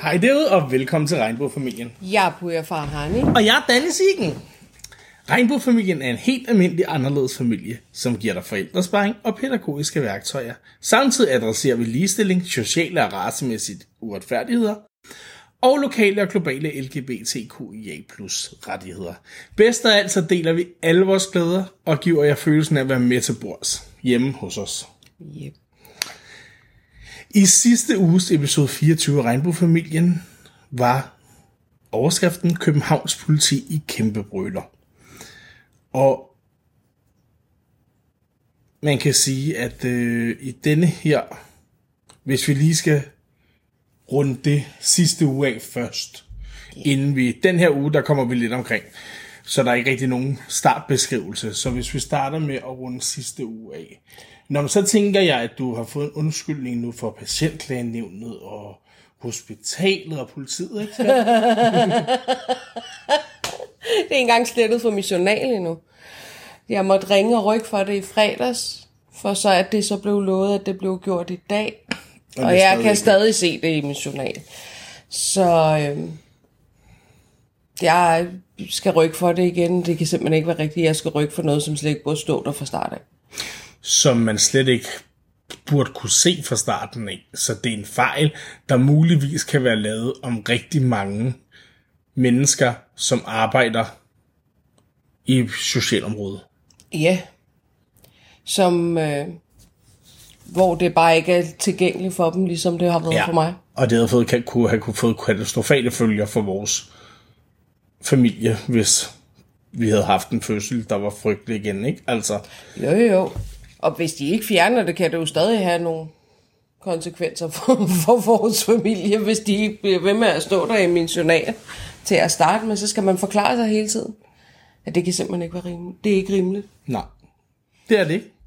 Hej derude, og velkommen til Regnbuefamilien. Jeg er Puja Farhani. Og jeg er Danne Siggen. Regnbuefamilien er en helt almindelig anderledes familie, som giver dig forældresparing og pædagogiske værktøjer. Samtidig adresserer vi ligestilling, sociale og racemæssige uretfærdigheder, og lokale og globale LGBTQIA+ rettigheder. Bedst af alt så deler vi alle vores glæder og giver jer følelsen af at være med til bords hjemme hos os. Yep. I sidste uges episode 24 af Regnbuefamilien var overskriften Københavns politi i kæmpe brøler. Og man kan sige, at i denne her, hvis vi lige skal runde det sidste uge af først, inden vi, den her uge, der kommer vi lidt omkring, så der er ikke rigtig nogen startbeskrivelse. Så hvis vi starter med at runde sidste uge af, så tænker jeg, at du har fået en undskyldning nu for patientklagenævnet og hospitalet og politiet, ikke? Det er ikke engang slettet for min journal endnu. Jeg måtte ringe og rykke for det i fredags, for så at det så blev lovet, at det blev gjort i dag. Og jeg kan stadig se det i min journal. Så jeg skal rykke for det igen. Det kan simpelthen ikke være rigtigt. Jeg skal rykke for noget, som slet ikke burde stå der fra start af. Som man slet ikke burde kunne se fra starten af. Så det er en fejl, der muligvis kan være lavet om rigtig mange mennesker, som arbejder i socialområdet. Ja. Som hvor det bare ikke er tilgængeligt for dem, ligesom det har været for mig. Og det kunne have fået katastrofale følger for vores familie, hvis vi havde haft en fødsel, der var frygtelig igen, ikke? Altså. Jo. Og hvis de ikke fjerner det, kan det jo stadig have nogle konsekvenser for vores familie, hvis de ikke bliver ved med at stå der i min journal til at starte med, så skal man forklare sig hele tiden. Ja, det kan simpelthen ikke være rimeligt. Det er ikke rimeligt. Nej, det er det ikke.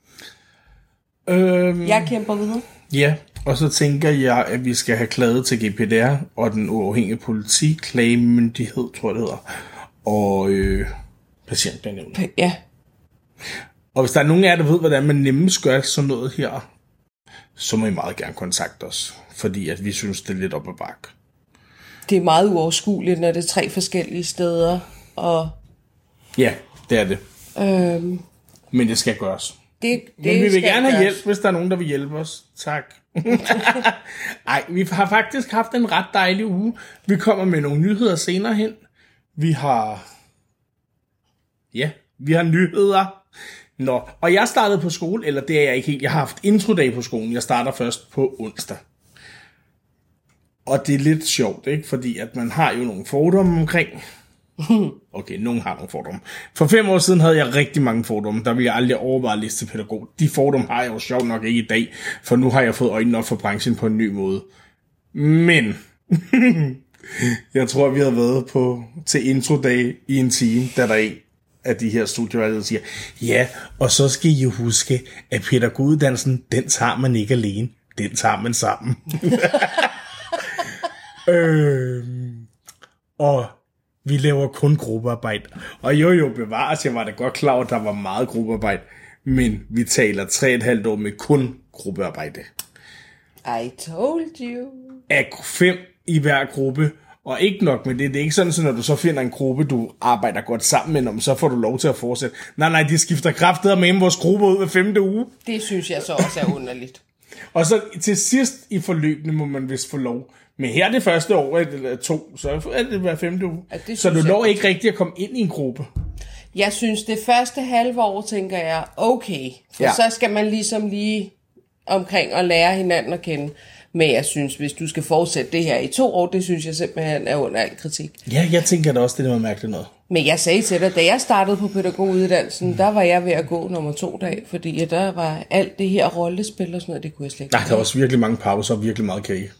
Jeg kæmper videre. Ja, og så tænker jeg, at vi skal have klaget til GPDR og den uafhængige politiklagemyndighed, tror jeg det hedder, og patientklagenævnet. Ja. Og hvis der er nogen af jer, der ved, hvordan man nemmest gør sådan noget her, så må I meget gerne kontakte os, fordi at vi synes, det er lidt op ad bakke. Det er meget uoverskueligt, når det er 3 forskellige steder. Og ja, det er det. Men det skal gøres. Men vi vil gerne have hjælp, hvis der er nogen, der vil hjælpe os. Tak. Ej, vi har faktisk haft en ret dejlig uge. Vi kommer med nogle nyheder senere hen. Vi har nyheder. Nå, og jeg startede på skole, eller det er jeg ikke helt. Jeg har haft introdag på skolen. Jeg starter først på onsdag. Og det er lidt sjovt, ikke? Fordi at man har jo nogle fordomme omkring. Okay, nogen har nogle fordomme. For 5 år siden havde jeg rigtig mange fordomme. Der ville jeg aldrig overveje at læse til pædagog. De fordomme har jeg jo sjovt nok ikke i dag. For nu har jeg fået øjnene op for branchen på en ny måde. Men jeg tror, vi havde været til introdag i en time, da der er en af de her studievejledere siger, ja, og så skal I huske, at pædagoguddannelsen, den tager man ikke alene. Den tager man sammen. Og vi laver kun gruppearbejde. Og jo, bevares, jeg var da godt klar, at der var meget gruppearbejde. Men vi taler 3,5 år med kun gruppearbejde. I told you. Af 5 i hver gruppe. Og ikke nok med det. Det er ikke sådan, at når du så finder en gruppe, du arbejder godt sammen med, så får du lov til at fortsætte. Nej, de skifter kraftigt med vores gruppe ud hver 5. uge. Det synes jeg så også er underligt. Og så til sidst i forløbene må man vist få lov. Men her det første år eller 2, så er det hver 5. uge. Ja, så du når ikke rigtigt at komme ind i en gruppe. Jeg synes, det første halve år, tænker jeg, okay. For så skal man ligesom lige omkring og lære hinanden at kende. Men jeg synes, hvis du skal fortsætte det her i 2 år, det synes jeg simpelthen er under al kritik. Ja, jeg tænker da også, det er noget mærkeligt noget. Men jeg sagde til dig, da jeg startede på pædagoguddannelsen, der var jeg ved at gå nummer 2 dag, fordi der var alt det her rollespil og sådan noget, det kunne jeg slet ikke. Nej, der var også virkelig mange pauser og virkelig meget kage.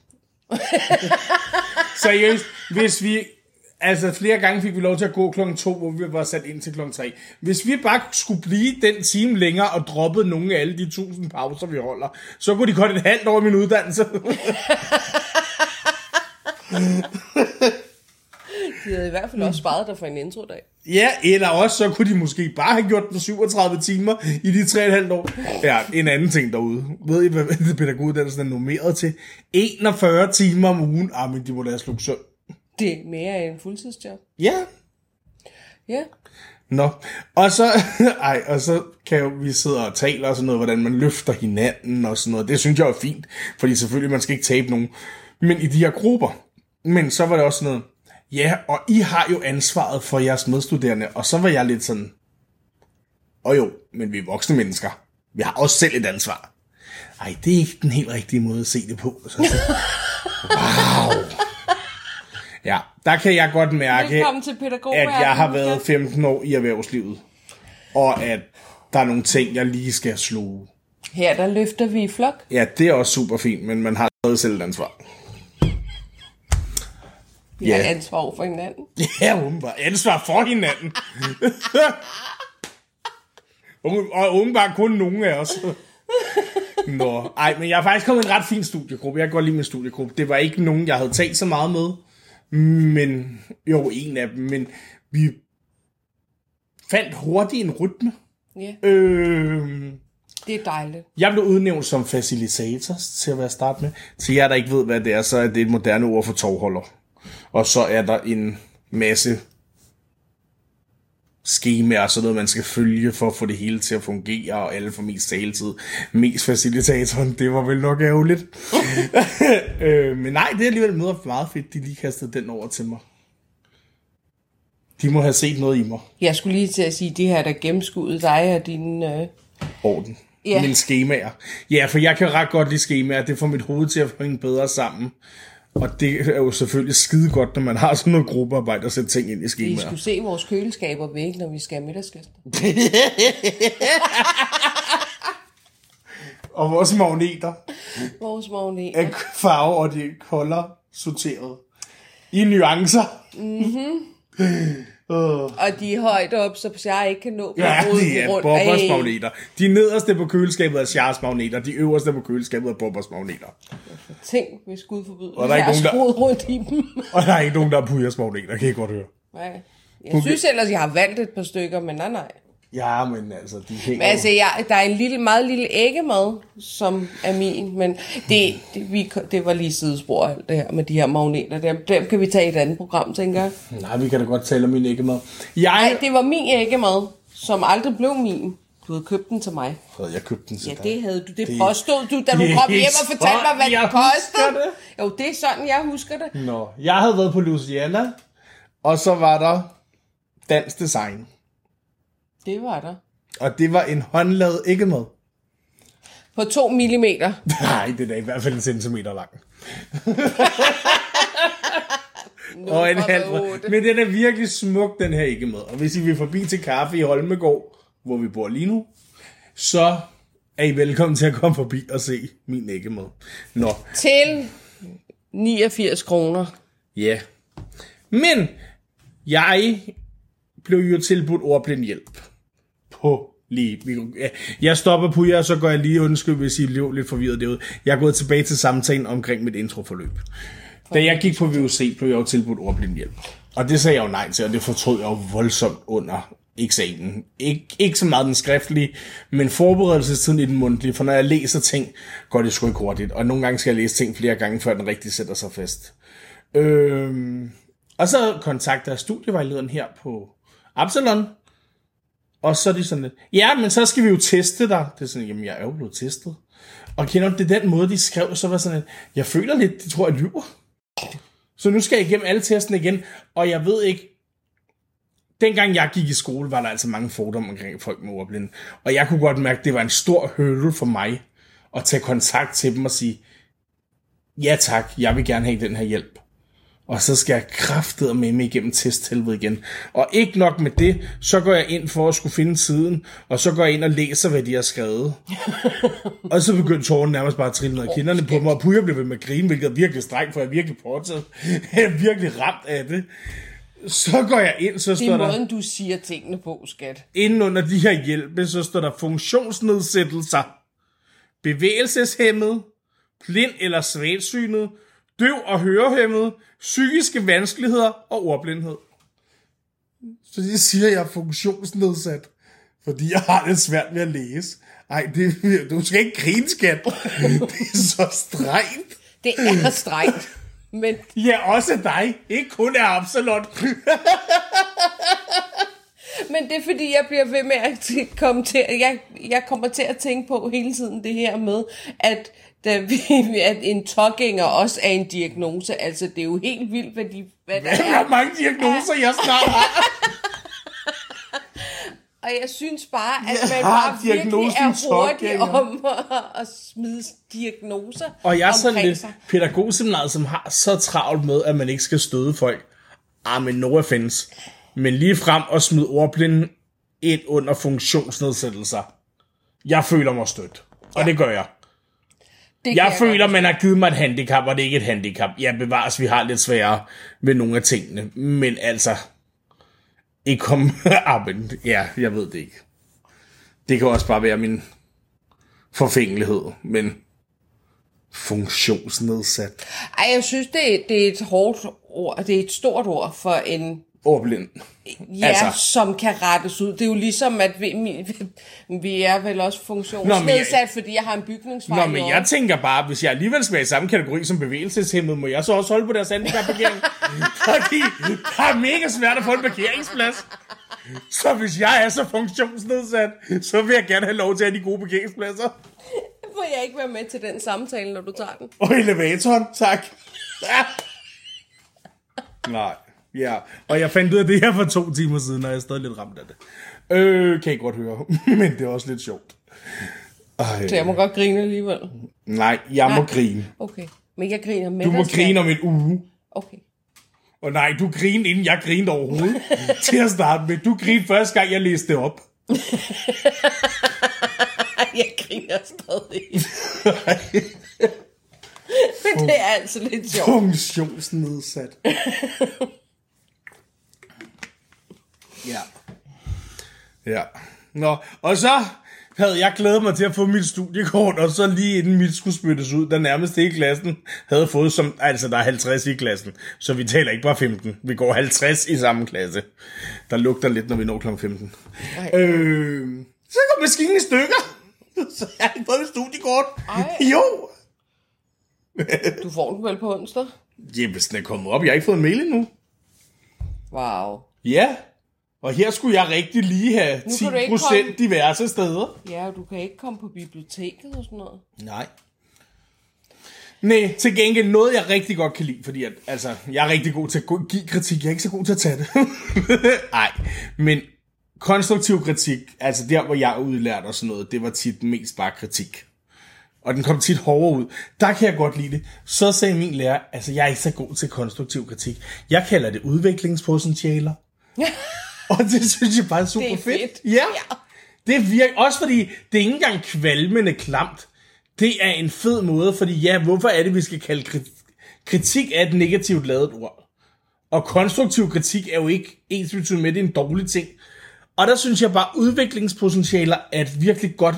Seriøst, hvis vi... Altså flere gange fik vi lov til at gå 2:00, hvor vi var sat ind til 3:00. Hvis vi bare skulle blive den time længere og droppede nogle af alle de 1000 pauser, vi holder, så kunne de godt et halvt år i min uddannelse. De havde i hvert fald også sparet dig for en introdag. Ja, eller også så kunne de måske bare have gjort den 37 timer i de 3,5 år. Ja, en anden ting derude. Ved I, hvad det pædagoguddannelsen er nummeret til? 41 timer om ugen. Men de må da have slugt søvn. Det er mere end fuldtidsjob. Ja. Ja. Nå, og så kan jo vi sidde og tale og sådan noget, hvordan man løfter hinanden og sådan noget. Det synes jeg er fint, fordi selvfølgelig man skal ikke tabe nogen. Men i de her grupper. Men så var det også sådan noget, ja, og I har jo ansvaret for jeres medstuderende. Og så var jeg lidt sådan, jo, men vi er voksne mennesker. Vi har også selv et ansvar. Ej, det er ikke den helt rigtige måde at se det på. Så, wow. Ja, der kan jeg godt mærke, at jeg har været 15 år i erhvervslivet. Og at der er nogle ting, jeg lige skal sluge. Her der løfter vi i flok. Ja, det er også super fint, men man har stadig selv et ansvar. Vi har ansvar over for hinanden. Ja, åbenbart. Ansvar for hinanden. Og åbenbart kun nogen af os. Nå, men jeg har faktisk kommet i en ret fin studiegruppe. Jeg kan godt lide min studiegruppe. Det var ikke nogen, jeg havde talt så meget med. Men, en af dem. Men vi fandt hurtigt en rytme. Ja. Det er dejligt. Jeg blev udnævnt som facilitator til at være start med. Til jer, der ikke ved, hvad det er, så er det et moderne ord for tovholder. Og så er der en masse skemaer og sådan noget, man skal følge for at få det hele til at fungere, og alle får mest taletid. Mest facilitatoren, det var vel nok ærgerligt. Men nej, det er alligevel meget fedt, de lige kastede den over til mig. De må have set noget i mig. Jeg skulle lige til at sige, det her der gennemskuddet dig og din... Orden. Yeah. Mine skemaer. Ja, for jeg kan ret godt lide skemaer. Det får mit hoved til at hænge bedre sammen. Og det er jo selvfølgelig skide godt, når man har sådan noget gruppearbejde og sætte ting ind i skemaer. Vi skulle se vores køleskaber væk, når vi skal have middagsgæster. Og vores magneter. Vores magneter. Af farve, og de kolder sorteret. I nuancer. Mhm. Og de er højt op, så jeg ikke kan nå. Ja, de er Bobbers magneter. De nederste på køleskabet er Charles magneter. De øverste på køleskabet er Bobbers magneter. Tænk, hvis Gud forbyder. Og der er ikke nogen, der... rundt i dem. Og der er ikke nogen, der er Puyas magneter, kan I godt høre. Nej. Jeg synes ellers, jeg har valgt et par stykker, men nej. Ja, men altså, de hænger... Men altså, der er en meget lille æggemad, som er min, men det var lige sidespor alt det her med de her magneter. Dem kan vi tage i et andet program, tænker jeg. Nej, vi kan da godt tale om min æggemad. Nej, det var min æggemad, som aldrig blev min. Du havde købt den til mig. Havde jeg købt den til dig? Ja, det havde du. Det påstod du, da du kom hjem og fortalte mig, hvad det kostede. Jo, det er sådan, jeg husker det. Nå, jeg havde været på Louisiana, og så var der Dansk Design. Det var der. Og det var en håndlavet æggemad. På 2 millimeter. Nej, det er i hvert fald 1 centimeter lang. Og en halv. Men den er virkelig smuk, den her æggemad. Og hvis I vil forbi til kaffe i Holmegård, hvor vi bor lige nu, så er I velkommen til at komme forbi og se min æggemad. Nå. Til 89 kroner. Ja. Men jeg blev jo tilbudt ordblindhjælp. Jeg stopper på jer, så går jeg lige undskyld, hvis I blev lidt forvirret derude. Jeg er gået tilbage til samtalen omkring mit introforløb. Da jeg gik på VUC, blev jeg jo tilbudt ordblindhjælp. Og det sagde jeg jo nej til, og det fortrød jeg jo voldsomt under eksamen. Ikke så meget den skriftlige, men forberedelsestiden i den mundtlige, for når jeg læser ting, går det sgu ikke hurtigt. Og nogle gange skal jeg læse ting flere gange, før den rigtig sætter sig fast. Og så kontakter jeg studievejlederen her på Absalon, og så er de sådan lidt, ja, men så skal vi jo teste dig. Det er sådan, jamen jeg er jo blevet testet. Og kender du, det er den måde, de skrev, så var sådan lidt, jeg føler lidt, de tror, jeg lyver. Så nu skal jeg igennem alle testene igen, og jeg ved ikke, dengang jeg gik i skole, var der altså mange fordomme omkring folk med ordblinde. Og jeg kunne godt mærke, at det var en stor hurdle for mig, at tage kontakt til dem og sige, ja tak, jeg vil gerne have den her hjælp. Og så skal jeg kraftedeme med mig igennem testhelvede igen. Og ikke nok med det, så går jeg ind for at skulle finde siden, og så går jeg ind og læser, hvad de har skrevet. Og så begyndte tårerne nærmest bare at trille ned af kinderne på mig, og Puja blev ved med at grine, hvilket er virkelig strengt, for jeg er virkelig påtaget. Jeg er virkelig ramt af det. Så går jeg ind, så står der... Det er måden, du siger tingene på, skat. Inden under de her hjælpe, så står der funktionsnedsættelser, bevægelseshæmmet, blind eller svagsynet, døv og hørehæmmet, psykiske vanskeligheder og ordblindhed. Så det siger, jeg er funktionsnedsat, fordi jeg har det svært ved at læse. Ej, du skal ikke grine, skat. Det er så strengt. Det er strengt. Men... Ja, også dig. Ikke kun af Absalon. Men det er fordi, jeg bliver ved med at komme til... Jeg kommer til at tænke på hele tiden det her med, at en tågænger også er en diagnose. Altså, det er jo helt vildt, hvad der er. Hvor mange diagnoser jeg snart har. Og jeg synes bare, at man bare virkelig er hurtig om at smide diagnoser. Og jeg er sådan lidt sig. pædagogseminaret, som har så travlt med, at man ikke skal støde folk. Men no offense. Men lige frem og smide ordblinden ind under funktionsnedsættelser. Jeg føler mig stødt. Og det gør jeg. Jeg føler, man har givet mig et handicap, og det er ikke et handicap. Ja, bevares, vi har lidt sværere ved nogle af tingene. Men altså... Ikke komme... ja, jeg ved det ikke. Det kan også bare være min forfængelighed, men funktionsnedsat. Ej, jeg synes, det er et hårdt ord. Det er et stort ord for en... Ordblind. Ja, altså. Som kan rettes ud. Det er jo ligesom, at vi er vel også funktionsnedsat, fordi jeg har en bygningsfejl. Men jeg tænker bare, hvis jeg alligevel skal være i samme kategori som bevægelseshæmmet, må jeg så også holde på deres handicapparkering? Fordi det er mega svært at få en parkeringsplads. Så hvis jeg er så funktionsnedsat, så vil jeg gerne have lov til at have de gode parkeringspladser. Får jeg ikke være med til den samtale, når du tager den? Og elevatoren, tak. Nej. Ja, og jeg fandt ud af det her for 2 timer siden, og jeg er stadig lidt ramt af det. Kan I godt høre, men det er også lidt sjovt. Så jeg må godt grine alligevel? Nej, jeg må grine. Okay, men jeg griner med Du må grine om en uge. Okay. Og nej, du griner, inden jeg grinede overhovedet til at starte med. Du grinede første gang, jeg læste det op. Jeg griner stadig. Men det er altså lidt sjovt. Funktionsnedsat. Ja. Nå, og så havde jeg glædet mig til at få mit studiekort, og så lige inden mit skulle spyttes ud, der nærmest hele klassen havde fået som, altså der er 50 i klassen, så vi taler ikke bare 15, vi går 50 i samme klasse. Der lugter lidt, når vi når kl. 15. Så går maskinen i stykker, så jeg har ikke fået et studiekort. Jo. Du får den vel på onsdag? Ja, hvis den er kommet op, jeg har ikke fået en mail endnu. Wow. Ja. Og her skulle jeg rigtig lige have 10% diverse steder. Ja, du kan ikke komme på biblioteket og sådan noget. Nej, til gengæld noget, jeg rigtig godt kan lide, fordi at, altså, jeg er rigtig god til at give kritik, jeg er ikke så god til at tage det. Nej, men konstruktiv kritik, altså der, hvor jeg er udlært og sådan noget, det var tit mest bare kritik. Og den kom tit hårdere ud. Der kan jeg godt lide det. Så sagde min lærer, altså jeg er ikke så god til konstruktiv kritik. Jeg kalder det udviklingspotentialer. Og det synes jeg bare er super fedt. Ja. Det virker også, fordi det er ikke engang kvalmende klamt. Det er en fed måde, fordi ja, hvorfor er det, vi skal kalde kritik af et negativt ladet ord? Og konstruktiv kritik er jo ikke ensbetydende med, det er en dårlig ting. Og der synes jeg bare, udviklingspotentialer er et virkelig godt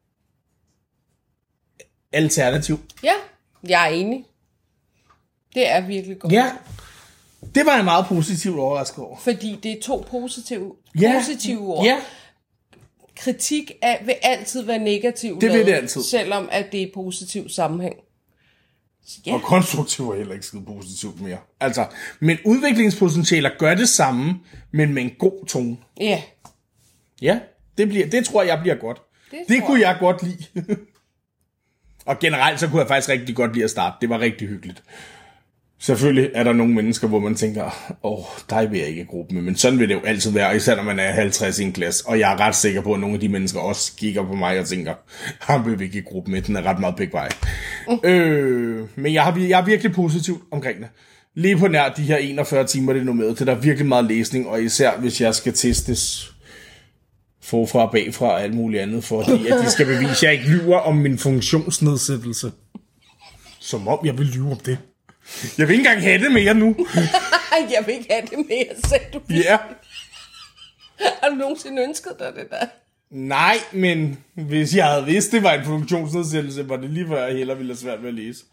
alternativ. Ja, jeg er enig. Det er virkelig godt. Ja, det var jeg meget positivt overrasket over. Fordi det er 2 positive ord. Ja. Kritik vil altid være negativt. Det vil det altid. Selvom at det er positiv sammenhæng. Ja. Og konstruktiv er heller ikke skide positivt mere. Altså, men udviklingspotentialer gør det samme, men med en god tone. Ja. Ja, det tror jeg bliver godt. Det kunne jeg godt lide. Og generelt så kunne jeg faktisk rigtig godt lide at starte. Det var rigtig hyggeligt. Selvfølgelig er der nogle mennesker, hvor man tænker, dig vil jeg ikke i gruppe med. Men sådan vil det jo altid være, især når man er 50 i en klasse. Og jeg er ret sikker på, at nogle af de mennesker også kigger på mig og tænker, ham vil vi ikke i gruppe med, den er ret meget begge veje. Men jeg er virkelig positiv omkring det. Lige på nær de her 41 timer, det er nummeret til, der er virkelig meget læsning, og især hvis jeg skal testes forfra og bagfra og alt muligt andet, fordi at de skal bevise, at jeg ikke lyver om min funktionsnedsættelse. Som om jeg vil lyve om det. Jeg vil ikke engang have det mere nu. Jeg vil ikke have det mere, sagde du. Ja. Har du nogensinde ønsket dig det der? Nej, men hvis jeg havde vidst, det var en funktionsnedsættelse, var det lige før, jeg hellere ville have svært ved at læse.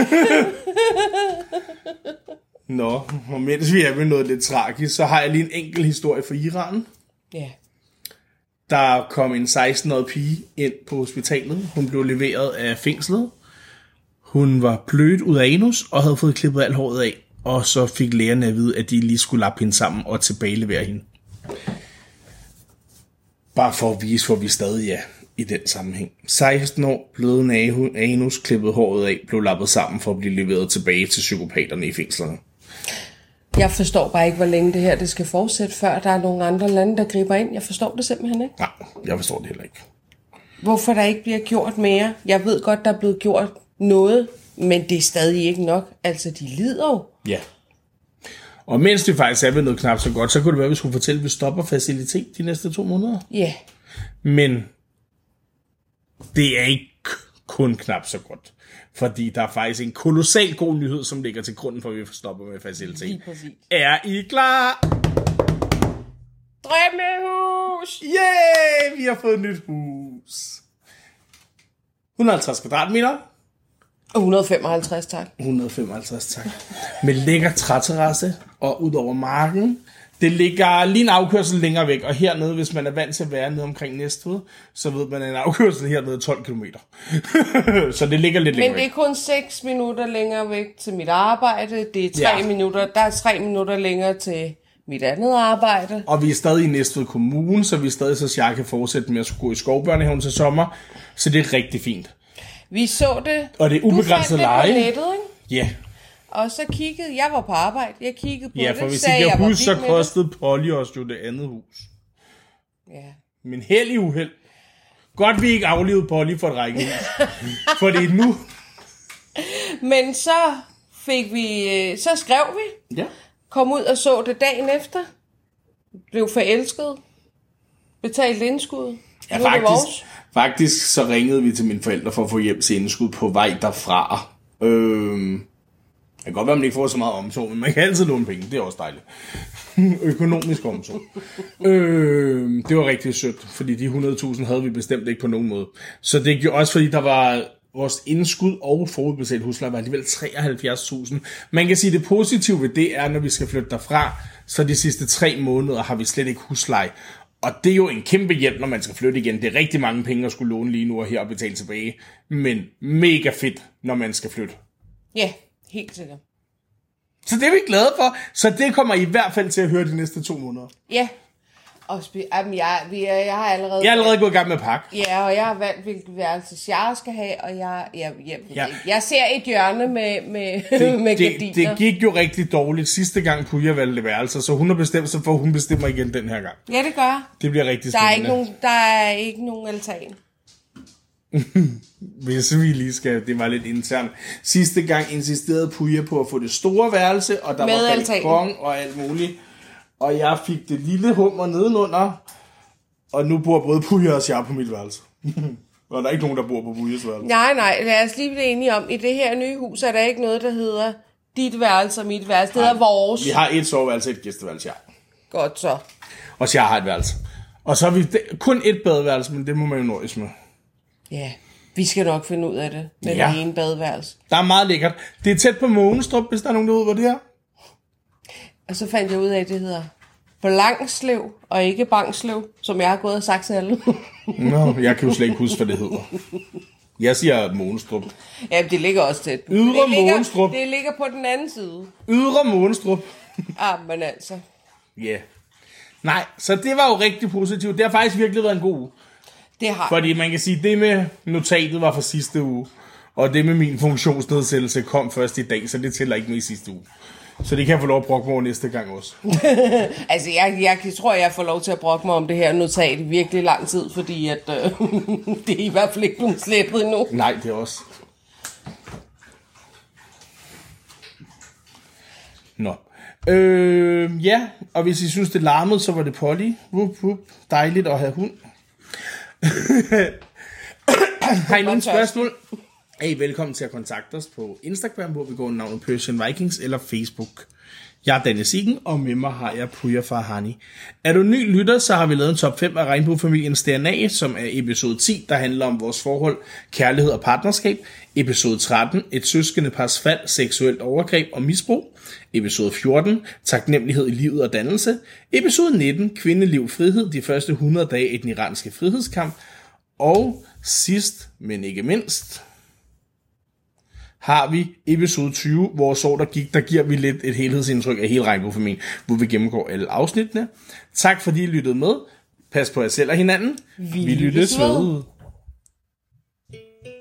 Nå, og mens vi er ved noget lidt tragisk, så har jeg lige en enkelt historie fra Iran. Ja. Der kom en 16-årig pige ind på hospitalet. Hun blev leveret af fængslet. Hun var blødt ud af anus og havde fået klippet alt håret af. Og så fik lægerne at vide, at de lige skulle lappe hende sammen og tilbagelevere hende. Bare for at vise, hvor vi stadig er i den sammenhæng. 16 år, bløden anus, klippet håret af, blev lappet sammen for at blive leveret tilbage til psykopaterne i fængslerne. Jeg forstår bare ikke, hvor længe det her det skal fortsætte, før der er nogle andre lande, der griber ind. Jeg forstår det simpelthen ikke. Nej, jeg forstår det heller ikke. Hvorfor der ikke bliver gjort mere? Jeg ved godt, der er blevet gjort noget, men det er stadig ikke nok. Altså, de lider jo. Ja. Og mens det faktisk er ved noget knap så godt, så kunne det være, at vi skulle fortælle, at vi stopper facilitet de næste 2 måneder. Ja. Men det er ikke kun knap så godt. Fordi der er faktisk en kolossal god nyhed, som ligger til grunden for, at vi stopper med facilitet. Lige præcis. Er I klar? Drømmehus! Yeah! Vi har fået et nyt hus. 150 kvadratmeter. 155, tak. 155, tak. Med lækker træterrasse og ud over marken. Det ligger lige en afkørsel længere væk, og hernede, hvis man er vant til at være nede omkring Næstved, så ved man, at en afkørsel hernede er 12 km. Så det ligger lidt længere væk. Men det er kun 6 minutter længere væk til mit arbejde. Det er 3 minutter. Der er 3 minutter længere til mit andet arbejde. Og vi er stadig i Næstved Kommune, så vi er stadig så jeg kan fortsætte med at gå i skovbørnehaven til sommer. Så det er rigtig fint. Vi så det. Og det er ubegrænset leje. Du fandt det på nettet, ikke? Ja. Og så kiggede, jeg var på arbejde, jeg kiggede på det, Ja, for hvis ikke jeg husker, så kostede Polly os jo det andet hus. Ja. Men held i uheld. Godt vi ikke aflevede Polly for et rækkehus. Fordi nu... Men så fik vi, så skrev vi, Ja. kom ud og så det dagen efter, blev forelsket, betalt indskud. Ja, faktisk så ringede vi til mine forældre for at få hjem til indskud på vej derfra. Det kan godt være, at man ikke får så meget omsorg, men man kan altid låne penge. Det er også dejligt. Økonomisk omsorg. Det var rigtig sødt, fordi de 100.000 havde vi bestemt ikke på nogen måde. Så det gjorde også, fordi der var vores indskud og forudbetalt husleje var alligevel 73.000. Man kan sige, at det positive ved det er, når vi skal flytte derfra, så de sidste 3 måneder har vi slet ikke husleje. Og det er jo en kæmpe hjælp, når man skal flytte igen. Det er rigtig mange penge at skulle låne lige nu og her og betale tilbage. Men mega fedt, når man skal flytte. Ja, helt sikkert. Så det er vi glade for. Så det kommer I hvert fald til at høre de næste 2 måneder. Ja. Og jeg har allerede... Jeg er allerede gået i gang med at pakke. Ja, og jeg har valgt, hvilket værelse jeg skal have, og jeg ser et hjørne med gardiner. Det gik jo rigtig dårligt sidste gang, Pooja valgte værelser, så hun har bestemt sig for, at hun bestemmer igen den her gang. Ja, det gør jeg. Det bliver rigtig spændende. Der er ikke nogen altan. Hvis vi lige skal, det var lidt internt. Sidste gang insisterede Pooja på at få det store værelse, og der med var balkon og alt muligt. Og jeg fik det lille hummer nedenunder, og nu bor både Pooja og jeg på mit værelse. Og der er ikke nogen, der bor på Poojas værelse. Nej, lad os lige blive enige om, i det her nye hus er der ikke noget, der hedder dit værelse og mit værelse. Det hedder vores. Vi har et soveværelse og et gæsteværelse, ja. Godt så. Og så jeg har et værelse. Og så har vi kun et badeværelse, men det må man jo nøjes med. Ja, vi skal nok finde ud af det med det ene badeværelse. Der er meget lækkert. Det er tæt på Mogenstrup, hvis der er nogen, der ved, hvor det er. Og så fandt jeg ud af, at det hedder Blangslev og ikke Bangslev, som jeg har gået og sagt til alle. Nå, jeg kan jo slet ikke huske, hvad det hedder. Jeg siger Mogenstrup. Ja, det ligger også tæt. Ydre Mogenstrup. Det ligger på den anden side. Ydre Mogenstrup. Men altså. Ja. Yeah. Nej, så det var jo rigtig positivt. Det har faktisk virkelig været en god uge. Det har. Fordi man kan sige, at det med notatet var fra sidste uge, og det med min funktionsnedsættelse kom først i dag, så det tæller ikke med i sidste uge. Så det kan jeg få lov at brokke mig over næste gang også. Altså, jeg tror, jeg får lov til at brokke mig om det her notat i virkelig lang tid, fordi at, det er i hvert fald ikke blevet slettet endnu. Nej, det er også. Nå. Ja, og hvis I synes, det larmede, så var det Polly. Dejligt at have hund. Har I nogle spørgsmål? Hey, velkommen til at kontakte os på Instagram, hvor vi går under navnet Persian Vikings, eller Facebook. Jeg er Daniel Siggen, og med mig har jeg Puja Farhani. Er du ny lytter, så har vi lavet en top 5 af Regnbuefamiliens DNA, som er episode 10, der handler om vores forhold, kærlighed og partnerskab. Episode 13, et søskendepars fald, seksuelt overgreb og misbrug. Episode 14, taknemmelighed i livet og dannelse. Episode 19, kvindeliv, frihed, de første 100 dage i den iranske frihedskamp. Og sidst, men ikke mindst, har vi episode 20, vores år der gik, der giver vi lidt et helhedsindtryk af hele Regnbuefamilien, hvor vi gennemgår alle afsnittene. Tak fordi I lyttede med. Pas på jer selv og hinanden. Vi lyttes ved.